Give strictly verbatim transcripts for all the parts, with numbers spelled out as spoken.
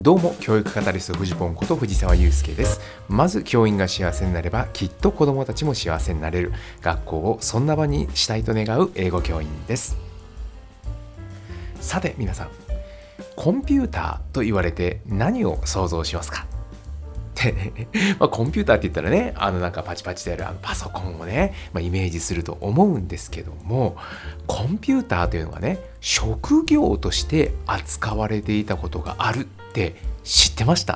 どうも、教育カタリストフジポンこと藤沢祐介です。まず教員が幸せになればきっと子どもたちも幸せになれる、学校をそんな場にしたいと願う英語教員です。さて皆さん、コンピューターと言われて何を想像しますか？まあ、コンピューターって言ったらね、あのなんかパチパチでやるあのパソコンをね、まあ、イメージすると思うんですけども、コンピューターというのがね、職業として扱われていたことがあるって知ってました？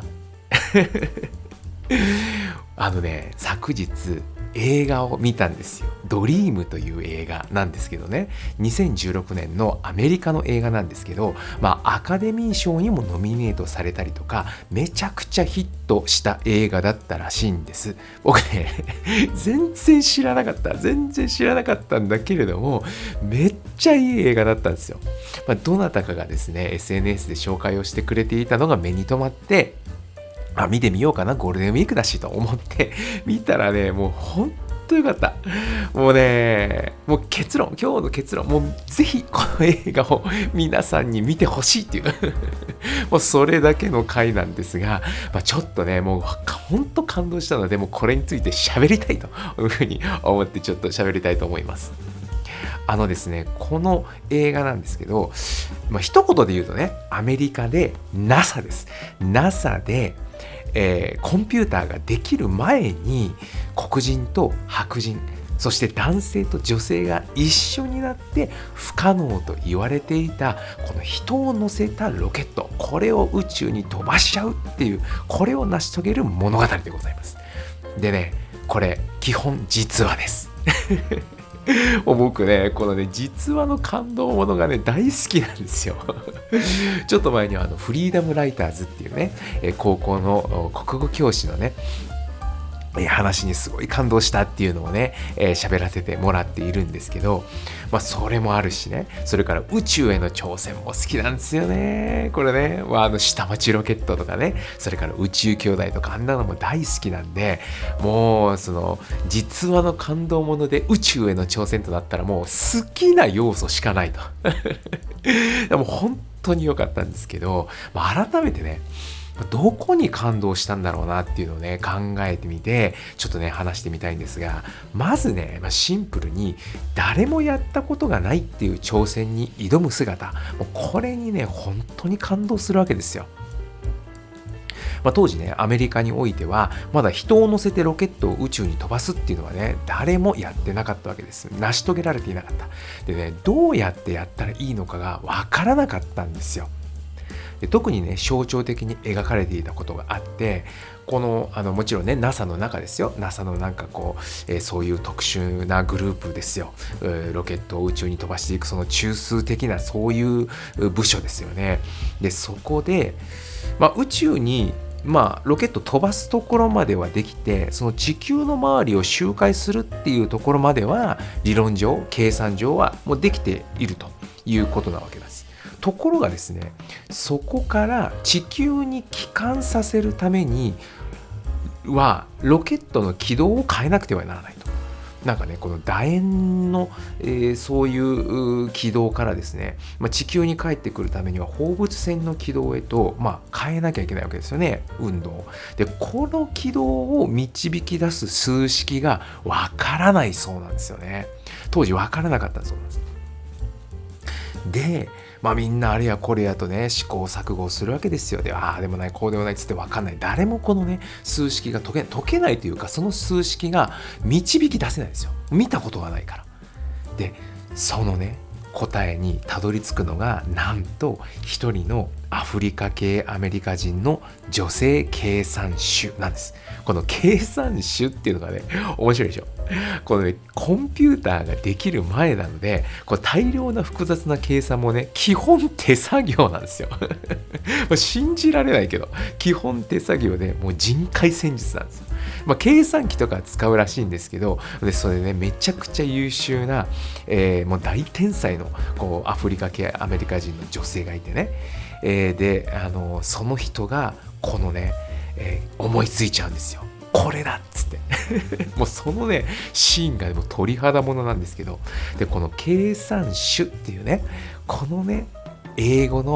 あのね、昨日映画を見たんですよ。ドリームという映画なんですけどね、にせんじゅうろくねんのアメリカの映画なんですけど、まあアカデミー賞にもノミネートされたりとか、めちゃくちゃヒットした映画だったらしいんです。僕ね、全然知らなかった。全然知らなかったんだけれども、めっちゃいい映画だったんですよ。まあ、どなたかがですね、エスエヌエス で紹介をしてくれていたのが目に留まって、あ、見てみようかな、ゴールデンウィークだしと思って見たらね、もうほんとよかった。もうね、もう結論、今日の結論、もうぜひこの映画を皆さんに見てほしいっていうもうそれだけの回なんですが、まあ、ちょっとね、もうほんと感動したので、もうこれについて喋りたいというふうに思ってちょっと喋りたいと思います。あのですね、この映画なんですけど、まあ、一言で言うとね、アメリカで ナサ です。ナサ でえー、コンピューターができる前に黒人と白人、そして男性と女性が一緒になって不可能と言われていたこの人を乗せたロケット、これを宇宙に飛ばしちゃうっていう、これを成し遂げる物語でございます。でね、これ基本実話です僕ね、このね、実話の感動ものがね、大好きなんですよ。ちょっと前にはあのフリーダムライターズっていうね、高校の国語教師のね、話にすごい感動したっていうのをね、えー、喋らせてもらっているんですけど、まあそれもあるしね、それから宇宙への挑戦も好きなんですよね。これね、まあ、あの下町ロケットとかね、それから宇宙兄弟とかあんなのも大好きなんで、もうその実話の感動もので宇宙への挑戦となったらもう好きな要素しかないと。でも本当に良かったんですけど、まあ、改めてね、どこに感動したんだろうなっていうのをね、考えてみて、ちょっとね、話してみたいんですが、まずね、まあ、シンプルに誰もやったことがないっていう挑戦に挑む姿、もうこれにね、本当に感動するわけですよ。まあ、当時ね、アメリカにおいては、まだ人を乗せてロケットを宇宙に飛ばすっていうのはね、誰もやってなかったわけです。成し遂げられていなかった。でね、どうやってやったらいいのかがわからなかったんですよ。で特にね、象徴的に描かれていたことがあって、このあのもちろんね ナサ の中ですよ。 ナサ のなんかこう、えー、そういう特殊なグループですよ、えー、ロケットを宇宙に飛ばしていくその中枢的なそういう部署ですよね。でそこで、まあ、宇宙にまあ、ロケット飛ばすところまではできて、その地球の周りを周回するっていうところまでは理論上計算上はもうできているということなわけです。ところがですね、そこから地球に帰還させるためにはロケットの軌道を変えなくてはならないと。なんかね、この楕円の、えー、そういう軌道からですね、まあ、地球に帰ってくるためには放物線の軌道へと、まあ、変えなきゃいけないわけですよね、運動で。この軌道を導き出す数式がわからないそうなんですよね。当時わからなかったそうなんです。で、まあみんなあれやこれやとね、試行錯誤するわけですよ。で、ああでもない、こうでもないっつって分かんない。誰もこのね、数式が解けない、解けないというか、その数式が導き出せないんですよ。見たことがないから。で、そのね、答えにたどり着くのが、なんと一人のアフリカ系アメリカ人の女性計算手なんです。この計算手っていうのがね、面白いでしょ。このね、コンピューターができる前なので、こう大量な複雑な計算もね、基本手作業なんですよ。信じられないけど、基本手作業でもう人海戦術なんですよ。まあ、計算機とか使うらしいんですけど、でそれね、めちゃくちゃ優秀な、えー、もう大天才のこうアフリカ系アメリカ人の女性がいてね、えー、であのその人がこのね、えー、思いついちゃうんですよ。これだっつってもうそのねシーンがもう鳥肌ものなんですけど、でこの計算手っていうね、このね英語の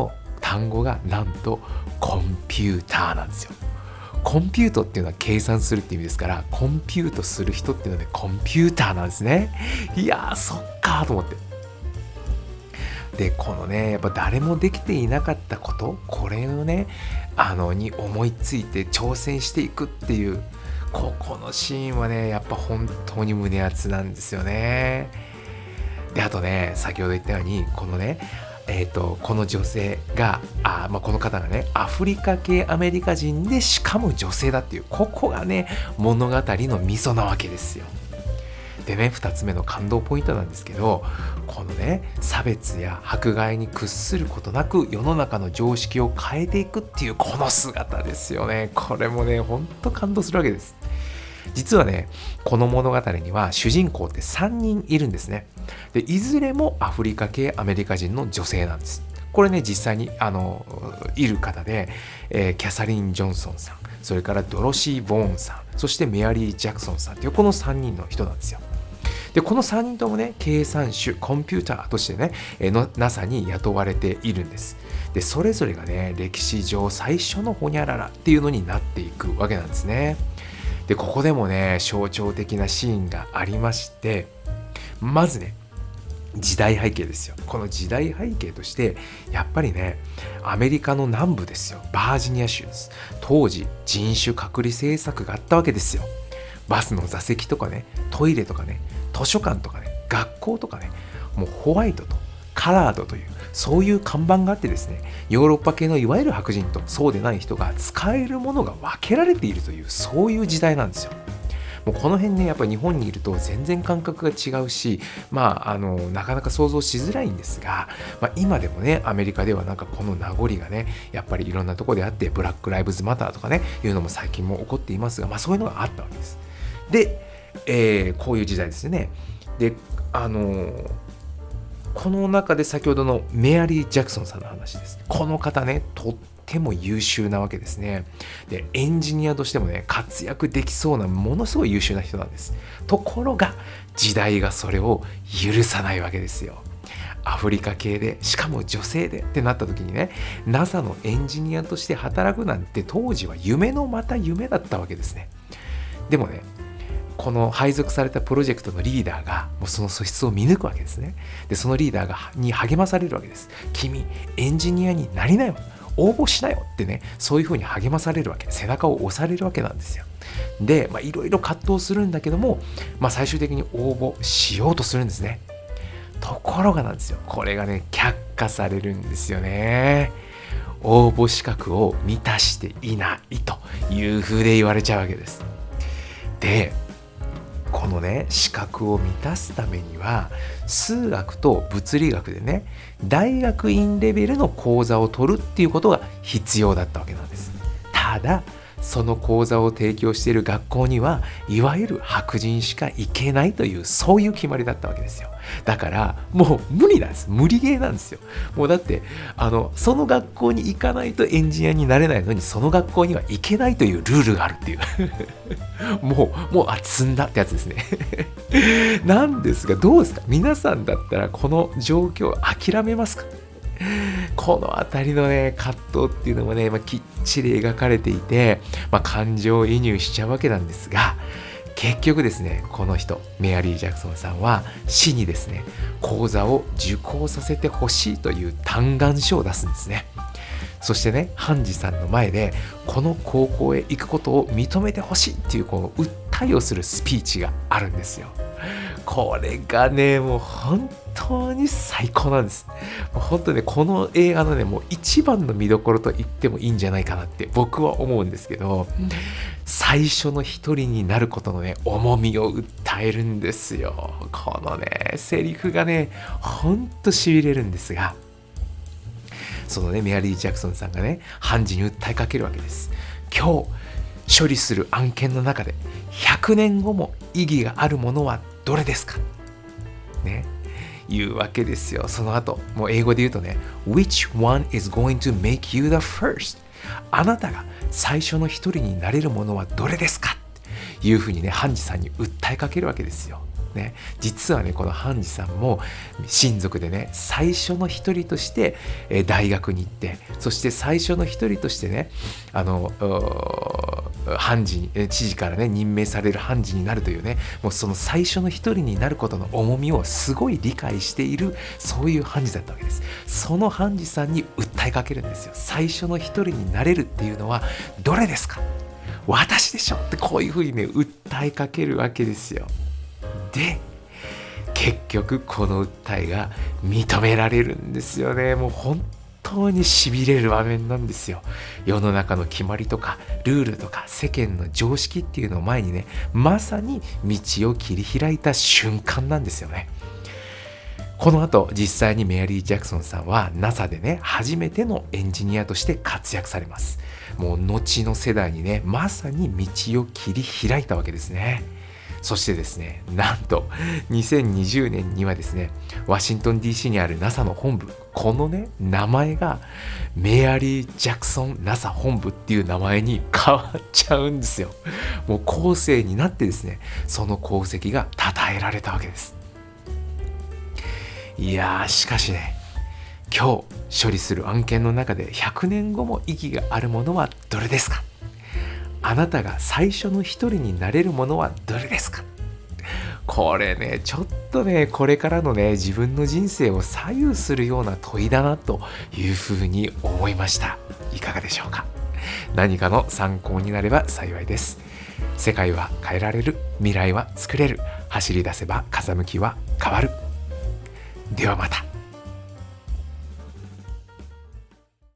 単語がなんとコンピューターなんですよ。コンピュートっていうのは計算するって意味ですから、コンピュートする人っていうのはねコンピューターなんですね。いやーそっかーと思って、でこのねやっぱ誰もできていなかったこと、これをねあのに思いついて挑戦していくっていう、ここのシーンはねやっぱ本当に胸熱なんですよね。であとね先ほど言ったようにこのねえー、とこの女性があ、まあ、この方がねアフリカ系アメリカ人でしかも女性だっていう、ここがね物語のミソなわけですよ。でねふたつめの感動ポイントなんですけど、このね差別や迫害に屈することなく世の中の常識を変えていくっていうこの姿ですよね。これもねほんと感動するわけです。実はねこの物語には主人公ってさんにんいるんですね。でいずれもアフリカ系アメリカ人の女性なんです。これね実際にあのいる方で、えー、キャサリン・ジョンソンさん、それからドロシー・ボーンさん、そしてメアリー・ジャクソンさんっていうこのさんにんの人なんですよ。でこのさんにんともね計算手コンピューターとしてねの ナサ に雇われているんです。でそれぞれがね歴史上最初のホニャララっていうのになっていくわけなんですね。でここでもね象徴的なシーンがありまして、まずね時代背景ですよ。この時代背景としてやっぱりねアメリカの南部ですよ、バージニア州です。当時人種隔離政策があったわけですよ。バスの座席とかねトイレとかね図書館とかね学校とかね、もうホワイトとカラードというそういう看板があってですね、ヨーロッパ系のいわゆる白人とそうでない人が使えるものが分けられているというそういう時代なんですよ。もうこの辺ねやっぱり日本にいると全然感覚が違うし、まああのなかなか想像しづらいんですが、まあ、今でもねアメリカではなんかこの名残がねやっぱりいろんなところであって、ブラックライブズマターとかねいうのも最近も起こっていますが、まあそういうのがあったわけです。で、えー、こういう時代ですよね。であのこの中で先ほどのメアリー・ジャクソンさんの話です。この方ねとっても優秀なわけですね。でエンジニアとしてもね活躍できそうなものすごい優秀な人なんです。ところが時代がそれを許さないわけですよ。アフリカ系でしかも女性でってなった時にね ナサ のエンジニアとして働くなんて当時は夢のまた夢だったわけですね。でもねこの配属されたプロジェクトのリーダーがもうその素質を見抜くわけですね。でそのリーダーがに励まされるわけです。君エンジニアになりなよ、応募しなよってね、そういうふうに励まされるわけで、背中を押されるわけなんですよ。でいろいろ葛藤するんだけども、まあ、最終的に応募しようとするんですね。ところがなんですよ、これがね却下されるんですよね。応募資格を満たしていないというふうで言われちゃうわけです。でこのね資格を満たすためには数学と物理学でね大学院レベルの講座を取るっていうことが必要だったわけなんです。ただその講座を提供している学校にはいわゆる白人しか行けないというそういう決まりだったわけですよ。だからもう無理なんです。無理ゲーなんですよ。もうだってあのその学校に行かないとエンジニアになれないのに、その学校には行けないというルールがあるっていうもうもうあ積んだってやつですねなんですがどうですか皆さんだったらこの状況諦めますか？このあたりのね葛藤っていうのもね、まあ、きっちり描かれていて、まあ、感情移入しちゃうわけなんですが、結局ですねこの人メアリー・ジャクソンさんは市にですね講座を受講させてほしいという嘆願書を出すんですね。そしてね判事さんの前でこの高校へ行くことを認めてほしいっていうこう訴えをするスピーチがあるんですよ。これがねもう本当に最高なんです。もう本当ねこの映画のねもう一番の見どころと言ってもいいんじゃないかなって僕は思うんですけど、最初の一人になることのね重みを訴えるんですよ。このねセリフがね本当しびれるんですが、そのねメアリー・ジャクソンさんがね判事に訴えかけるわけです。今日処理する案件の中でひゃくねんごも意義があるものはどれですかねいうわけですよ。その後もう英語で言うとね Which one is going to make you the first? あなたが最初の一人になれるものはどれですかっていうふうにね判事さんに訴えかけるわけですよ。 ね、実はねこの判事さんも親族でね最初の一人として大学に行って、そして最初の一人としてねあの判事知事からね任命される判事になるというね、もうその最初の一人になることの重みをすごい理解している、そういう判事だったわけです。その判事さんに訴えかけるんですよ。最初の一人になれるっていうのはどれですか、私でしょって、こういうふうにね訴えかけるわけですよ。で結局この訴えが認められるんですよね。もう本当にしびれる場面なんですよ。世の中の決まりとかルールとか世間の常識っていうのを前にね、まさに道を切り開いた瞬間なんですよね。この後実際にメアリー・ジャクソンさんは ナサ でね初めてのエンジニアとして活躍されます。もう後の世代にねまさに道を切り開いたわけですね。そしてですね、なんとにせんにじゅうねんにはですね、ワシントン ディーシー にある ナサ の本部、このね名前がメアリー・ジャクソン ナサ 本部っていう名前に変わっちゃうんですよ。もう後世になってですね、その功績が称えられたわけです。いやー、しかしね、今日処理する案件の中でひゃくねんごも意義があるものはどれですか？あなたが最初の一人になれるものはどれですか？これね、ちょっとね、これからのね、自分の人生を左右するような問いだなというふうに思いました。いかがでしょうか？何かの参考になれば幸いです。世界は変えられる、未来は作れる、走り出せば風向きは変わる。ではまた。